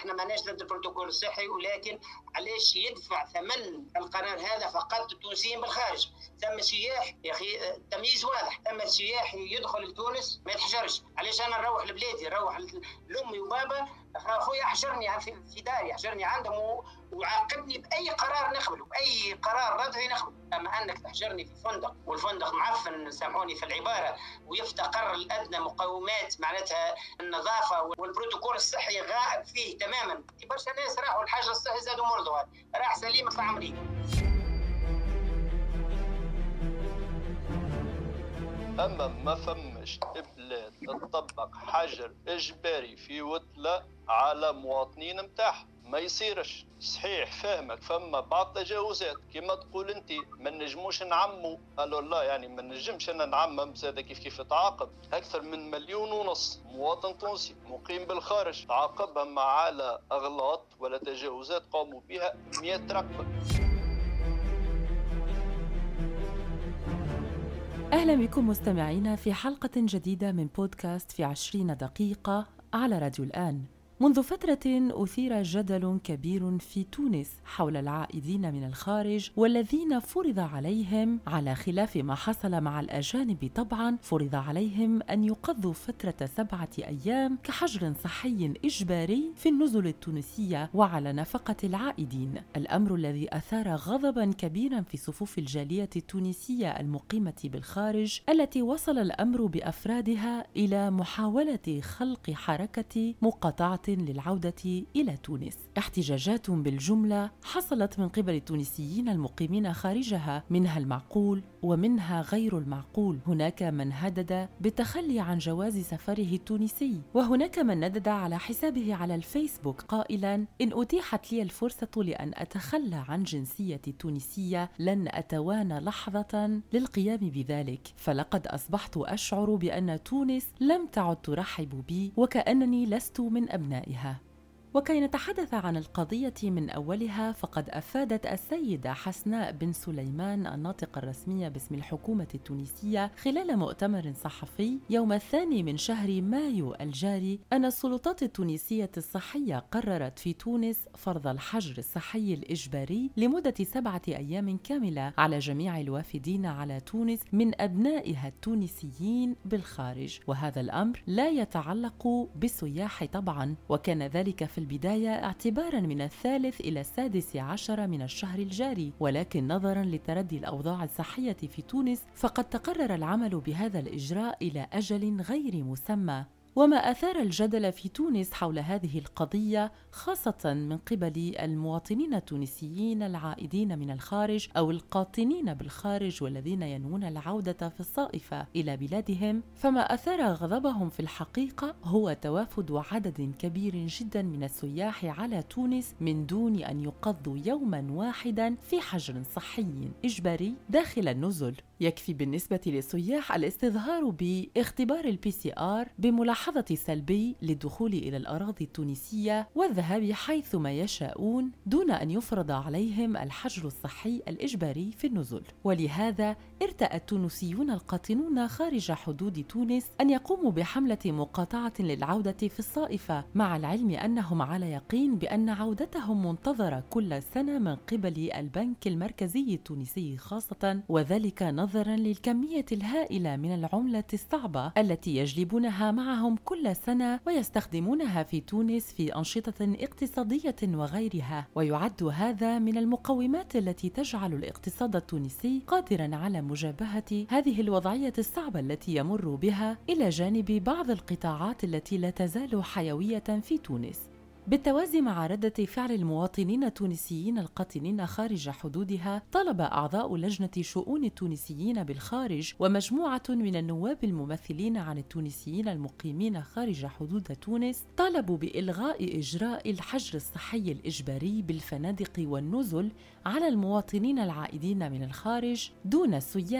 احنا ماناش ضد البروتوكول الصحي، ولكن علاش يدفع ثمن القرار هذا فقط التونسيين بالخارج؟ ثم سياح يا اخي، التمييز واضح، ثم سياح يدخل لتونس ما يتحجرش. علاش انا نروح لبلادي، نروح لامي وبابا، اخويا حجرني في داري، حجرني عندهم وعاقبني باي قرار نقبله، باي قرار ردعي نقبله. اما انك تحجرني في فندق والفندق معفن، سامحوني في العباره، ويفتقر الادنى مقومات معناتها النظافه والبروتوكول الصحي غائب فيه تماما. برشا ناس راحوا الحجر الصحي زادوا مرضوا، راح سليم طلع مريض. أما ما فمش بلاد تطبق حجر إجباري في وتلة على مواطنين متاعها، ما يصيرش. صحيح فهمك، فما بعض تجاوزات كما تقول انت، ما نجموش نعمو. قالوا لا، يعني ما نجمش انا نعمم زاد كيف تعاقب اكثر من 1.5 مليون مواطن تونسي مقيم بالخارج، تعاقبهم على اغلاط ولا تجاوزات قاموا بها 100 رقبة. أهلا بكم مستمعينا في حلقة جديدة من بودكاست في 20 دقيقة على راديو الآن. منذ فترة أثير جدل كبير في تونس حول العائدين من الخارج والذين فرض عليهم، على خلاف ما حصل مع الأجانب طبعا، فرض عليهم أن يقضوا فترة 7 أيام كحجر صحي إجباري في النزل التونسية وعلى نفقة العائدين. الأمر الذي أثار غضبا كبيرا في صفوف الجالية التونسية المقيمة بالخارج، التي وصل الأمر بأفرادها إلى محاولة خلق حركة مقاطعة للعودة إلى تونس. احتجاجات بالجملة حصلت من قبل التونسيين المقيمين خارجها، منها المعقول ومنها غير المعقول. هناك من هدد بالتخلي عن جواز سفره التونسي، وهناك من ندد على حسابه على الفيسبوك قائلا: إن أتيحت لي الفرصة لأن أتخلى عن جنسيتي التونسية لن أتوانى لحظة للقيام بذلك، فلقد أصبحت أشعر بأن تونس لم تعد ترحب بي وكأنني لست من أبنائها. وكي نتحدث عن القضية من أولها، فقد أفادت السيدة حسناء بن سليمان الناطقة الرسمية باسم الحكومة التونسية خلال مؤتمر صحفي يوم 2 من شهر مايو الجاري أن السلطات التونسية الصحية قررت في تونس فرض الحجر الصحي الإجباري لمدة 7 أيام كاملة على جميع الوافدين على تونس من أبنائها التونسيين بالخارج، وهذا الأمر لا يتعلق بالسياح طبعا، وكان ذلك في البداية اعتباراً من 3 إلى 16 من الشهر الجاري، ولكن نظراً لتردي الأوضاع الصحية في تونس فقد تقرر العمل بهذا الإجراء إلى أجل غير مسمى. وما أثار الجدل في تونس حول هذه القضية، خاصة من قبل المواطنين التونسيين العائدين من الخارج أو القاطنين بالخارج والذين ينوون العودة في الصائفة إلى بلادهم، فما أثار غضبهم في الحقيقة هو توافد عدد كبير جدا من السياح على تونس من دون أن يقضوا يوما واحدا في حجر صحي إجباري داخل النزل. يكفي بالنسبة للسياح الاستظهار باختبار الPCR بملاحظة سلبي للدخول إلى الأراضي التونسية والذهاب حيثما يشاءون دون أن يفرض عليهم الحجر الصحي الإجباري في النزل. ولهذا ارتأى التونسيون القاطنون خارج حدود تونس أن يقوموا بحملة مقاطعة للعودة في الصائفة، مع العلم أنهم على يقين بأن عودتهم منتظرة كل سنة من قبل البنك المركزي التونسي خاصة، وذلك نظراً للكمية الهائلة من العملة الصعبة التي يجلبونها معهم كل سنة ويستخدمونها في تونس في أنشطة اقتصادية وغيرها. ويعد هذا من المقومات التي تجعل الاقتصاد التونسي قادراً على مجابهة هذه الوضعية الصعبة التي يمر بها، إلى جانب بعض القطاعات التي لا تزال حيوية في تونس. بالتوازي مع ردة فعل المواطنين التونسيين القاطنين خارج حدودها، طلب أعضاء لجنة شؤون التونسيين بالخارج ومجموعة من النواب الممثلين عن التونسيين المقيمين خارج حدود تونس طالبوا بإلغاء إجراء الحجر الصحي الإجباري بالفنادق والنزل على المواطنين العائدين من الخارج دون السياح،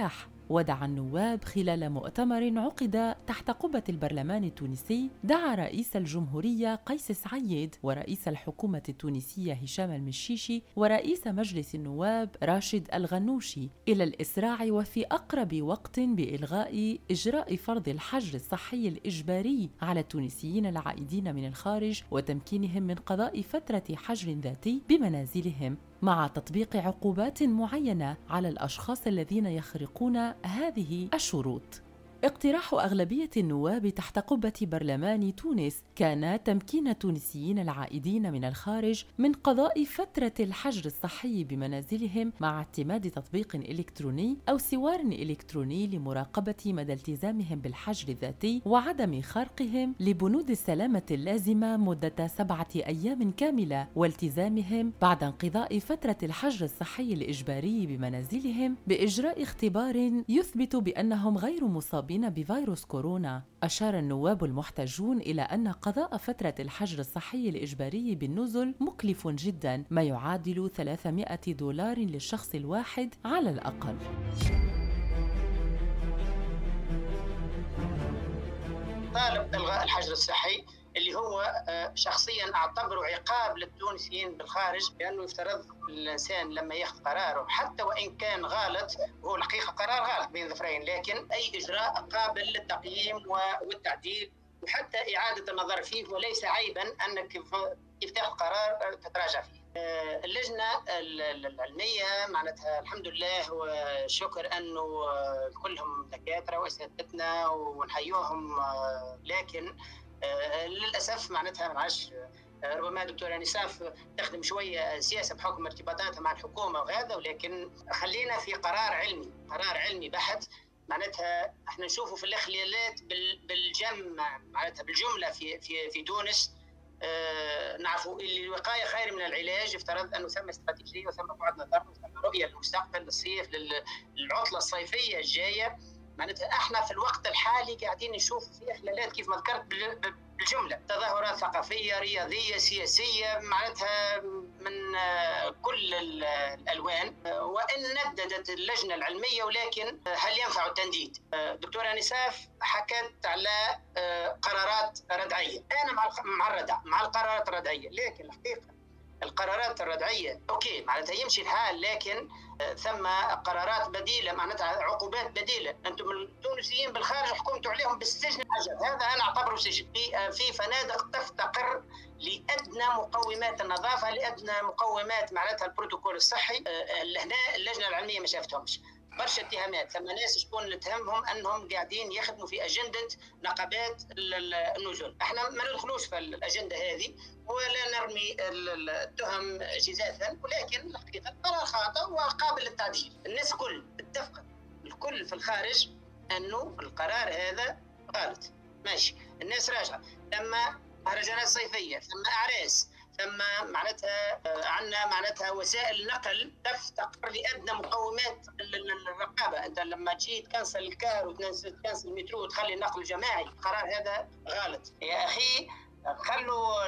ودعا النواب خلال مؤتمر عقد تحت قبة البرلمان التونسي، دعا رئيس الجمهورية قيس سعيد ورئيس الحكومة التونسية هشام المشيشي ورئيس مجلس النواب راشد الغنوشي إلى الإسراع وفي أقرب وقت بإلغاء إجراء فرض الحجر الصحي الإجباري على التونسيين العائدين من الخارج وتمكينهم من قضاء فترة حجر ذاتي بمنازلهم، مع تطبيق عقوبات معينة على الأشخاص الذين يخرقون هذه الشروط. اقتراح أغلبية النواب تحت قبة برلمان تونس كان تمكين التونسيين العائدين من الخارج من قضاء فترة الحجر الصحي بمنازلهم مع اعتماد تطبيق إلكتروني أو سوار إلكتروني لمراقبة مدى التزامهم بالحجر الذاتي وعدم خرقهم لبنود السلامة اللازمة مدة 7 أيام كاملة، والتزامهم بعد انقضاء فترة الحجر الصحي الإجباري بمنازلهم بإجراء اختبار يثبت بأنهم غير مصابين بفيروس كورونا. أشار النواب المحتجون إلى أن قضاء فترة الحجر الصحي الإجباري بالنزل مكلف جداً، ما يعادل $300 للشخص الواحد على الأقل. طالب إلغاء الحجر الصحي اللي هو شخصيا اعتبره عقاب للتونسيين بالخارج، لانه يفترض الانسان لما ياخذ قراره حتى وان كان غلط، هو الحقيقه قرار غلط بين ظفرين، لكن اي اجراء قابل للتقييم والتعديل وحتى اعاده النظر فيه، وليس عيبا انك كيف تاخذ قرار تتراجع فيه. اللجنه العلميه معناتها الحمد لله وشكر انه كلهم دكاتره واساتذتنا ونحيوهم، لكن للاسف معناتها معاش ربما دكتوره نساف تخدم شويه سياسه بحكم ارتباطاتها مع الحكومه وهذا، ولكن خلينا في قرار علمي بحت. معناتها احنا نشوفوا في الاخلالات معناتها بالجمله في تونس، نعرفوا اللي الوقايه خير من العلاج. افترض انه ثم استراتيجيه وثم بعد نظر وثم رؤيه للمستقبل للصيف للعطله الصيفيه الجايه. معناتها احنا في الوقت الحالي قاعدين نشوف في اخلالات كيف ما ذكرت بالجمله، تظاهرات ثقافيه رياضيه سياسيه معناتها من كل الالوان، وان نددت اللجنه العلميه، ولكن هل ينفع التنديد؟ دكتوره نساف حكت على قرارات ردعيه، انا مع القرارات الردعيه، لكن الحقيقه القرارات الردعيه اوكي معناتها يمشي الحال، لكن ثم قرارات بديله معناتها عقوبات بديله. انتم التونسيين بالخارج حكمتوا عليهم بالسجن العجل، هذا انا اعتبره سجن في فنادق تفتقر لادنى مقومات النظافه، لادنى مقومات معناتها البروتوكول الصحي. هنا اللجنه العلميه ما شافتهمش، برشا اتهامات، ثم ناس شكون نتهمهم انهم قاعدين يخدموا في اجنده نقابات النزل. احنا ما ندخلوش في الاجنده هذه ولا نرمي التهم جزافا، ولكن الحقيقه قرار خاطئ وقابل للتعديل. الناس الكل في الخارج انه القرار هذا غلط، ماشي، الناس راجعه، ثم مهرجانات صيفيه، ثم اعراس، ثم معناتها عندنا معناتها وسائل نقل تفتقر لادنى مقومات الرقابه. انت لما تجي تكنسل الكار وتكنسل المترو وتخلي النقل الجماعي، القرار هذا غلط يا اخي. خلوا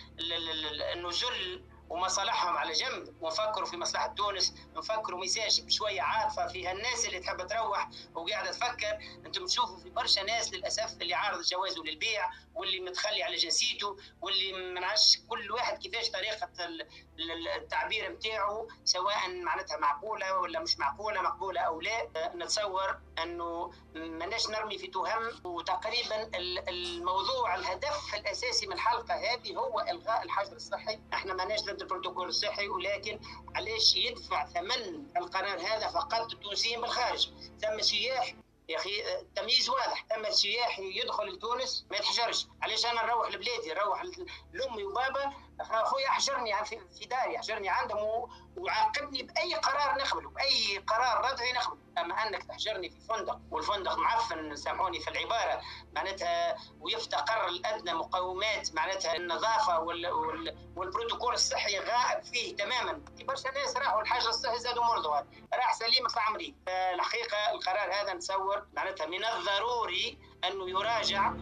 النزل ومصالحهم على جنب ونفكروا في مصلحه تونس، نفكروا ميساج بشويه عاطفه فيها الناس اللي تحب تروح وقاعده تفكر. انتم تشوفوا في برشا ناس للاسف اللي عارض جوازه للبيع، واللي متخلي على جنسيته، واللي ما نعرفش كل واحد كيفاش طريقه التعبير نتاعو، سواء معناتها معقوله ولا مش معقوله، مقبوله او لا. نتصور انه ماناش نرمي في تهم، وتقريبا الموضوع الهدف الاساسي من الحلقه هذه هو الغاء الحجر الصحي. احنا ماناش ضد البروتوكول الصحي، ولكن علاش يدفع ثمن القرار هذا فقط التونسيين بالخارج؟ ثم سياح يا اخي، التمييز واضح، ثم السياح يدخل لتونس ما يتحجرش. علاش انا نروح لبلادي، نروح لامي وبابا، اخويا احجرني في داري، احجرني عندهم وعاقبني باي قرار نقبله، باي قرار ردعي نقبله. اما انك تحجرني في فندق، والفندق معفن، سامحوني في العباره معناتها، ويفتقر الادنى مقومات معناتها النظافه والبروتوكول الصحي غائب فيه تماما. برشا ناس راحوا الحجر الصحي زادوا مرضوا، راح سليم طلع مريض. الحقيقه القرار هذا نتصور معناتها من الضروري انه يراجع.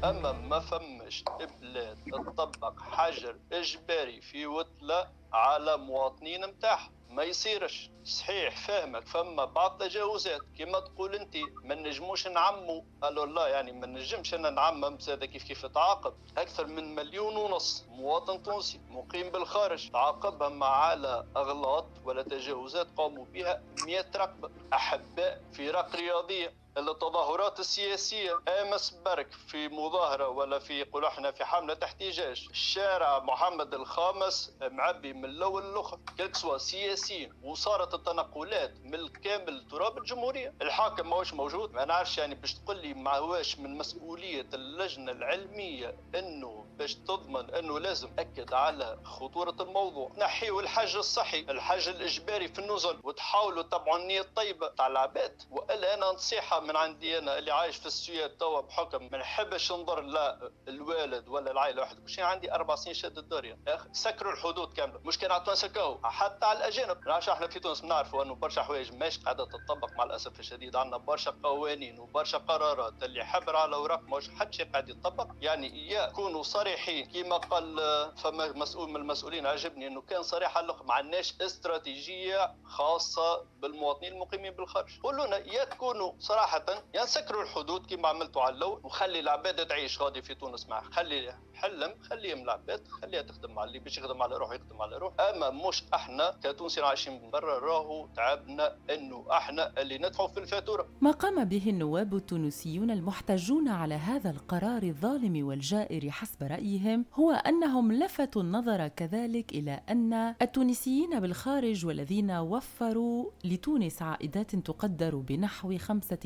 أما ما فمش بلاد تطبق حجر إجباري في وتلة على مواطنين متاعها، ما يصيرش. صحيح فهمك، فما بعض تجاوزات كما تقول انت، ما نجموش نعمو. قالوا لا، يعني ما نجمش انا نعمم زاد كيف تعاقب اكثر من 1.5 مليون مواطن تونسي مقيم بالخارج، تعاقبهم على اغلاط ولا تجاوزات قاموا بها 100 رقبه. احباء فرق رياضيه، التظاهرات السياسية، أمس برك في مظاهرة ولا في يقولوا احنا في حملة احتجاج، الشارع محمد الخامس معبي من الأول للآخر كالكسوا سياسيين، وصارت التنقلات من كامل تراب الجمهورية. الحاكم ماهوش موجود، ما نعرفش يعني باش تقول لي ما هواش من مسؤولية اللجنة العلمية انه باش تضمن انه لازم أكد على خطورة الموضوع. نحيوا الحج الصحي، الحج الإجباري في النزل، وتحاولوا تبعوا النية الطيبة تاع العباد. وإلا أنا نصيحة من عندي انا اللي عايش في السويد توا بحكم ما نحبش نضر لا الوالد ولا العائله واحد، كل شيء عندي 4 سنين شد الدورية يا اخي، سكروا الحدود كامله، مش كان على تونس هكاو، حتى على الاجانب. نعرفش احنا في تونس نعرفوا انه برشا حوايج ماش قاعده تطبق مع الاسف الشديد، عندنا برشا قوانين وبرشا قرارات اللي حبر على اوراق ماش حد شيء قاعد يطبق. يعني يكونوا صريحين كما قال فما مسؤول من المسؤولين، عجبني انه كان صريح على ما عندناش استراتيجيه خاصه بالمواطنين المقيمين بالخارج. قولوا لنا يا تكونوا صراحه يا نسكروا الحدود كما عملتوا على الاول، وخلي العباد تعيش غادي في تونس معه، خلي حلم خليهم العباد، خليها تخدم مع اللي باش يخدم على روحه يخدم على روحه. اما مش احنا كتونسيين عايشين من برا راهو تعبنا انه احنا اللي ندفعوا في الفاتوره. ما قام به النواب التونسيون المحتجون على هذا القرار الظالم والجائر حسب رأيهم هو أنهم لفتوا النظر كذلك إلى أن التونسيين بالخارج والذين وفروا لتونس عائدات تقدر بنحو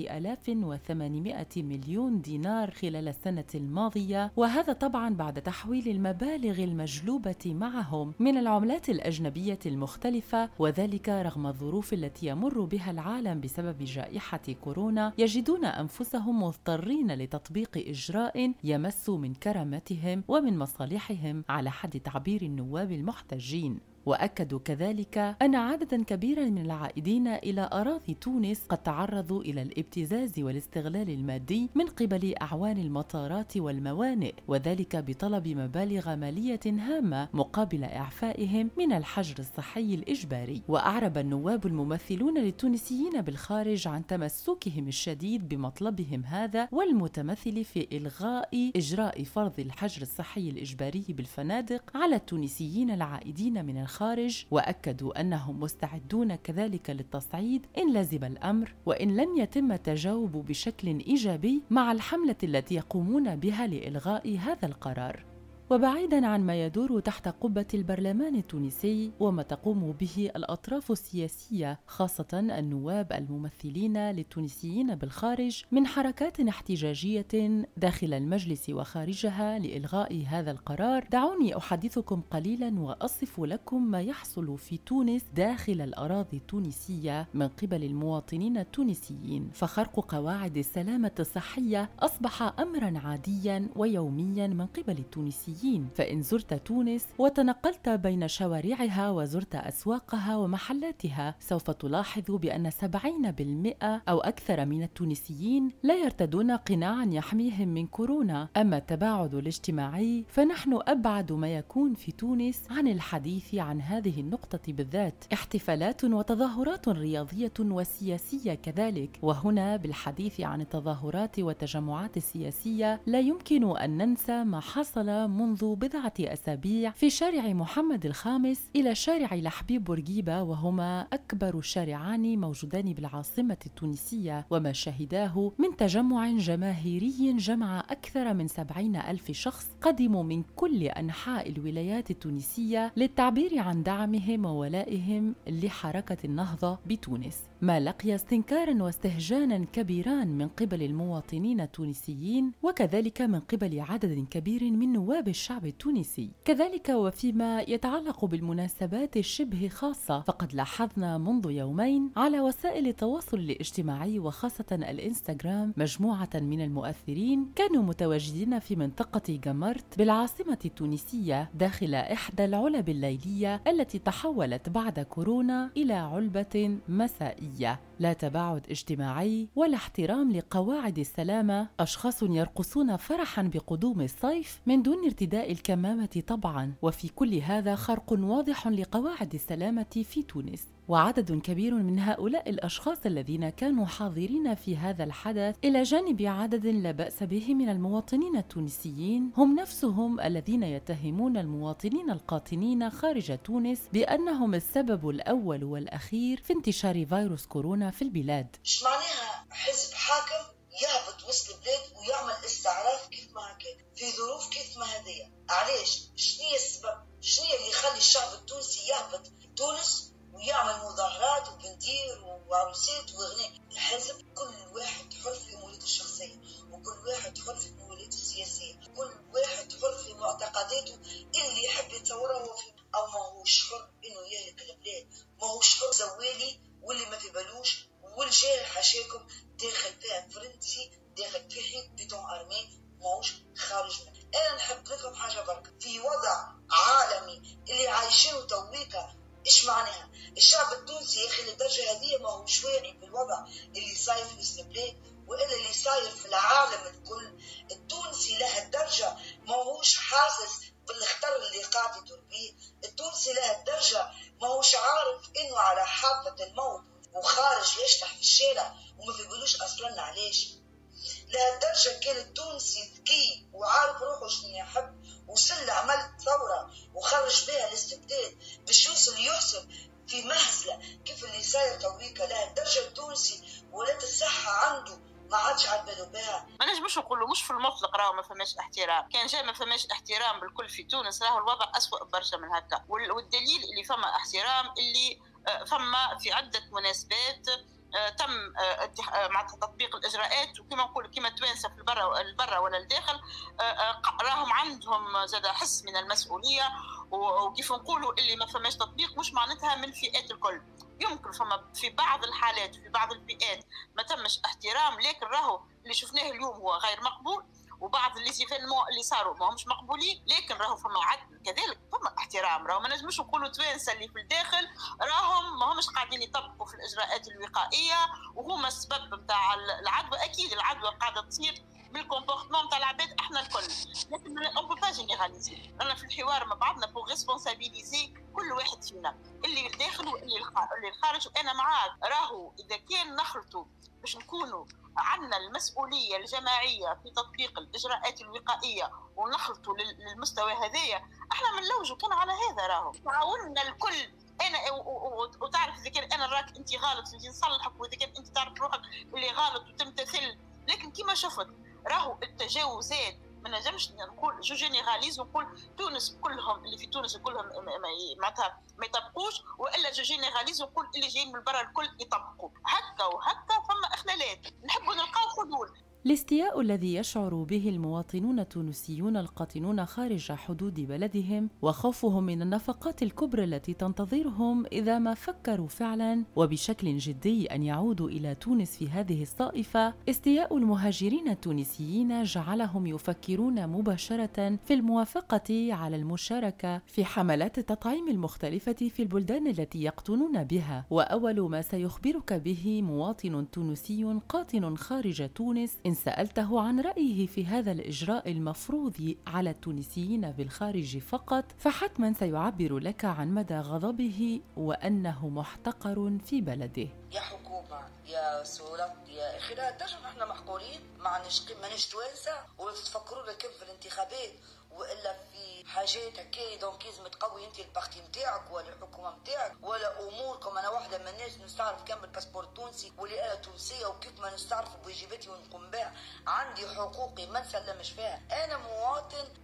5800 مليون دينار خلال السنة الماضية، وهذا طبعا بعد تحويل المبالغ المجلوبة معهم من العملات الأجنبية المختلفة، وذلك رغم الظروف التي يمر بها العالم بسبب جائحة كورونا، يجدون أنفسهم مضطرين لتطبيق إجراء يمس من كرامتهم ومن مصالحهم على حد تعبير النواب المحتجين. وأكدوا كذلك أن عدداً كبيراً من العائدين إلى أراضي تونس قد تعرضوا إلى الابتزاز والاستغلال المادي من قبل أعوان المطارات والموانئ، وذلك بطلب مبالغ مالية هامة مقابل إعفائهم من الحجر الصحي الإجباري. وأعرب النواب الممثلون للتونسيين بالخارج عن تمسكهم الشديد بمطلبهم هذا والمتمثل في إلغاء إجراء فرض الحجر الصحي الإجباري بالفنادق على التونسيين العائدين من الخارج، وأكدوا أنهم مستعدون كذلك للتصعيد إن لزم الأمر، وإن لم يتم التجاوب بشكل إيجابي مع الحملة التي يقومون بها لإلغاء هذا القرار. وبعيداً عن ما يدور تحت قبة البرلمان التونسي وما تقوم به الأطراف السياسية، خاصة النواب الممثلين للتونسيين بالخارج من حركات احتجاجية داخل المجلس وخارجها لإلغاء هذا القرار، دعوني أحدثكم قليلاً وأصف لكم ما يحصل في تونس داخل الأراضي التونسية من قبل المواطنين التونسيين. فخرق قواعد السلامة الصحية أصبح أمراً عادياً ويومياً من قبل التونسيين. فإن زرت تونس وتنقلت بين شوارعها وزرت أسواقها ومحلاتها، سوف تلاحظ بأن 70% أو أكثر من التونسيين لا يرتدون قناعاً يحميهم من كورونا. أما التباعد الاجتماعي فنحن أبعد ما يكون في تونس عن الحديث عن هذه النقطة بالذات. احتفالات وتظاهرات رياضية وسياسية كذلك، وهنا بالحديث عن التظاهرات والتجمعات السياسية لا يمكن أن ننسى ما حصل منذ بضعة أسابيع في شارع محمد الخامس إلى شارع لحبيب بورقيبة، وهما أكبر شارعان موجودان بالعاصمة التونسية، وما شهداه من تجمع جماهيري جمع أكثر من 70,000 شخص قدموا من كل أنحاء الولايات التونسية للتعبير عن دعمهم وولائهم لحركة النهضة بتونس، ما لقي استنكارا واستهجانا كبيران من قبل المواطنين التونسيين وكذلك من قبل عدد كبير من نواب الشعب التونسي. كذلك وفيما يتعلق بالمناسبات الشبه خاصة، فقد لاحظنا منذ يومين على وسائل التواصل الاجتماعي وخاصة الإنستغرام مجموعة من المؤثرين كانوا متواجدين في منطقة جمرت بالعاصمة التونسية داخل إحدى العلب الليلية التي تحولت بعد كورونا إلى علبة مسائية. لا تباعد اجتماعي ولا احترام لقواعد السلامة، أشخاص يرقصون فرحاً بقدوم الصيف من دون ارتداء الكمامة طبعاً، وفي كل هذا خرق واضح لقواعد السلامة في تونس. وعدد كبير من هؤلاء الأشخاص الذين كانوا حاضرين في هذا الحدث إلى جانب عدد لا بأس به من المواطنين التونسيين هم نفسهم الذين يتهمون المواطنين القاطنين خارج تونس بأنهم السبب الأول والأخير في انتشار فيروس كورونا في البلاد. إيش معناها حزب حاكم يهبط وسط البلاد ويعمل استعراف كيف ما هكذا في ظروف كيف ما هذية؟ علاش؟ شنو السبب؟ شنو اللي يخلي الشعب التونسي يهبط تونس ويعمل مظاهرات وبندير وعروسات وغناء؟ الحزب كل واحد حر في مولده الشخصية، وكل واحد حر في مولده السياسية، كل واحد حر في معتقداته اللي يحب يتصورها هو في، أو ما هوش حر إنه يهلك البلاد، ما هوش حر زوالي واللي ما في بالوش والجاي حاشاكم داخل فيها فرنسي داخل في حيط بيتون أرمي ماهوش خارج منه. أنا نحب نفهم حاجة بركة في وضع عالمي اللي عايشينه تويكا. إيش معناها؟ الشعب التونسي يا أخي للدرجة هذه ما هوش واعي بالوضع اللي صاير في وسط البلاد وإلا اللي صاير في العالم الكل. التونسي لهالدرجة ما هوش حاسس بالخطر اللي قاعد يدور بيه. التونسي لهالدرجة ما هوش عارف إنه على حافة الموت وخارج يشطح في الشارع وما بيقولوش أصلاً علاش. لهالدرجة كان التونسي ذكي وعارف روحه شنو يحب وسل عمل ثورة وخرج بها الاستبداد باش يوصل يحسب في مهزلة كيف اللي صاير تويكا. لهالدرجة التونسي ولات الصحة عنده ما عادش على باله بها. ما نجمش نقولوا مش في المطلق راهو ما فماش احترام، كان جاي ما فماش احترام بالكل في تونس راهو الوضع أسوأ برشا من هكا. والدليل اللي فما احترام اللي فما في عدة مناسبات تم مع تطبيق الاجراءات، وكما نقول كما توانسه في البرا ولا الداخل راهم عندهم زاد حس من المسؤوليه. وكيف نقولوا اللي ما فماش تطبيق مش معناتها من الفئات الكل، يمكن فما في بعض الحالات في بعض الفئات ما تمش احترام، لكن راهو اللي شفناه اليوم هو غير مقبول، وبعض الليزيفينمون اللي صاروا ما همش مقبولين، لكن راهو فما عدل كذلك فما احترام. راهو ما نجمش نقولوا توانسه اللي في الداخل راهم ما همش قاعدين يطبقوا في الاجراءات الوقائيه وهما السبب نتاع العدوى. اكيد العدوى قاعده تصير بالكومبورتمون نتاع العباد احنا الكل، لكن اون بو با جينيراليزي. انا في الحوار مع بعضنا بو ريسبونسابيليزي كل واحد فينا اللي الداخل واللي الخارج. وانا معاك راهو اذا كان نخلطوا باش نكونوا عندنا المسؤولية الجماعية في تطبيق الإجراءات الوقائية ونخلطوا للمستوى هذايا، احنا من لوجو كان على هذا راهو تعاوننا الكل. انا وتعرف اذا كان انا راك انت غلط نجي نصلحك، واذا كان انت تعرف روحك اللي غلط وتمتثل. لكن كما شفت راهو التجاوزات ما نجمش نقول جو جينيراليز ونقول تونس كلهم اللي في تونس كلهم معناتها ما يطبقوش، والا جو جينيراليز ونقول اللي جايين من برا الكل يطبقوا. هكا وهكا فما اختلالات نحبوا نلقاو حلول. الاستياء الذي يشعر به المواطنون التونسيون القاطنون خارج حدود بلدهم وخوفهم من النفقات الكبرى التي تنتظرهم إذا ما فكروا فعلا وبشكل جدي أن يعودوا إلى تونس في هذه الصائفة، استياء المهاجرين التونسيين جعلهم يفكرون مباشرة في الموافقة على المشاركة في حملات التطعيم المختلفة في البلدان التي يقطنون بها. وأول ما سيخبرك به مواطن تونسي قاطن خارج تونس إن سألته عن رأيه في هذا الإجراء المفروض على التونسيين بالخارج فقط، فحتما سيعبر لك عن مدى غضبه وأنه محتقر في بلده. يا حكومة يا سلطة يا أخي لا تجمع احنا محقورين مانيش توانسة وتفكروا كيف في الانتخابات والا في حاجات هكا دونك لازم تقوي انت البارتي نتاعك ولا الحكومه نتاعك ولا اموركم. انا واحده من الناس نستعرف كامل الباسبور التونسي واللي انا تونسيه وكيف ما نستعرف بواجباتي ونقوم بها، عندي حقوقي ما نسلمش فيها. انا مواطن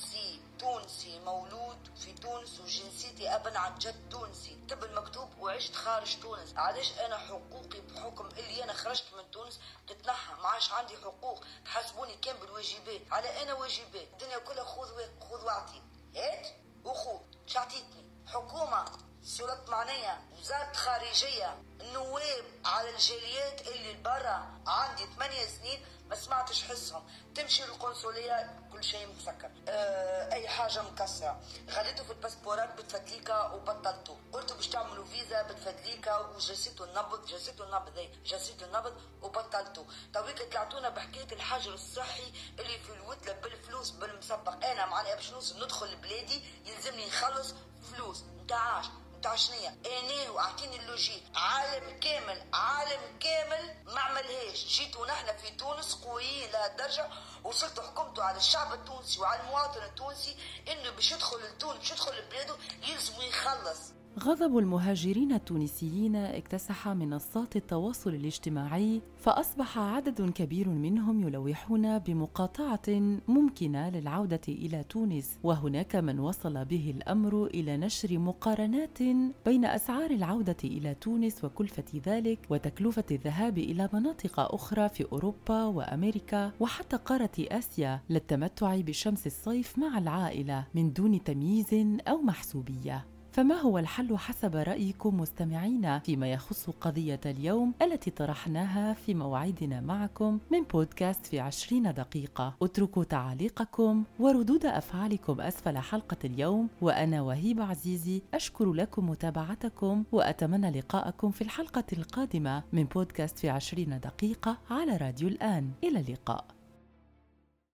تونسي مولود في تونس وجنسيتي ابن عن جد تونسي، طب المكتوب وعشت خارج تونس. علاش انا حقوقي بحق الحكم اللي انا خرجت من تونس تتنحى، ما عادش عندي حقوق، تحاسبوني كان بالواجبات، على انا واجبات، الدنيا كلها خذ واعطي، هات وخذ. شعطيتني حكومه، سلطة معنية، وزارة خارجية، نواب على الجاليات اللي برا. عندي 8 سنين ما سمعتش حسهم. تمشي للقنصلية كل شيء مسكر، اي حاجة مكسرة. غليتوا في الباسبورات بتفدليكا وبطلتوا، قلتوا باش تعملوا فيزا بتفدليكا وجسيتوا النبض وبطلتوا. تويك طلعتونا بحكاية الحجر الصحي اللي في الوتلة بالفلوس بالمسبق. انا معناها باش ندخل بلادي يلزمني نخلص فلوس نتاع شنية انا واعطيني اللوجيك. عالم كامل ما عملهاش. جيتوا نحن في تونس قويين لهالدرجة، وصلتوا حكمتوا على الشعب التونسي وعلى المواطن التونسي انه باش يدخل لتونس باش يدخل لبلاده يلزم يخلص. غضب المهاجرين التونسيين اكتسح منصات التواصل الاجتماعي، فأصبح عدد كبير منهم يلوحون بمقاطعة ممكنة للعودة إلى تونس، وهناك من وصل به الأمر إلى نشر مقارنات بين أسعار العودة إلى تونس وكلفة ذلك وتكلفة الذهاب إلى مناطق أخرى في أوروبا وأمريكا وحتى قارة آسيا للتمتع بشمس الصيف مع العائلة من دون تمييز أو محسوبية. فما هو الحل حسب رأيكم مستمعينا فيما يخص قضية اليوم التي طرحناها في موعدنا معكم من بودكاست في 20 دقيقة؟ اتركوا تعاليقكم وردود أفعالكم أسفل حلقة اليوم، وأنا وهيبة عزيزي أشكر لكم متابعتكم وأتمنى لقاءكم في الحلقة القادمة من بودكاست في 20 دقيقة على راديو الآن. إلى اللقاء.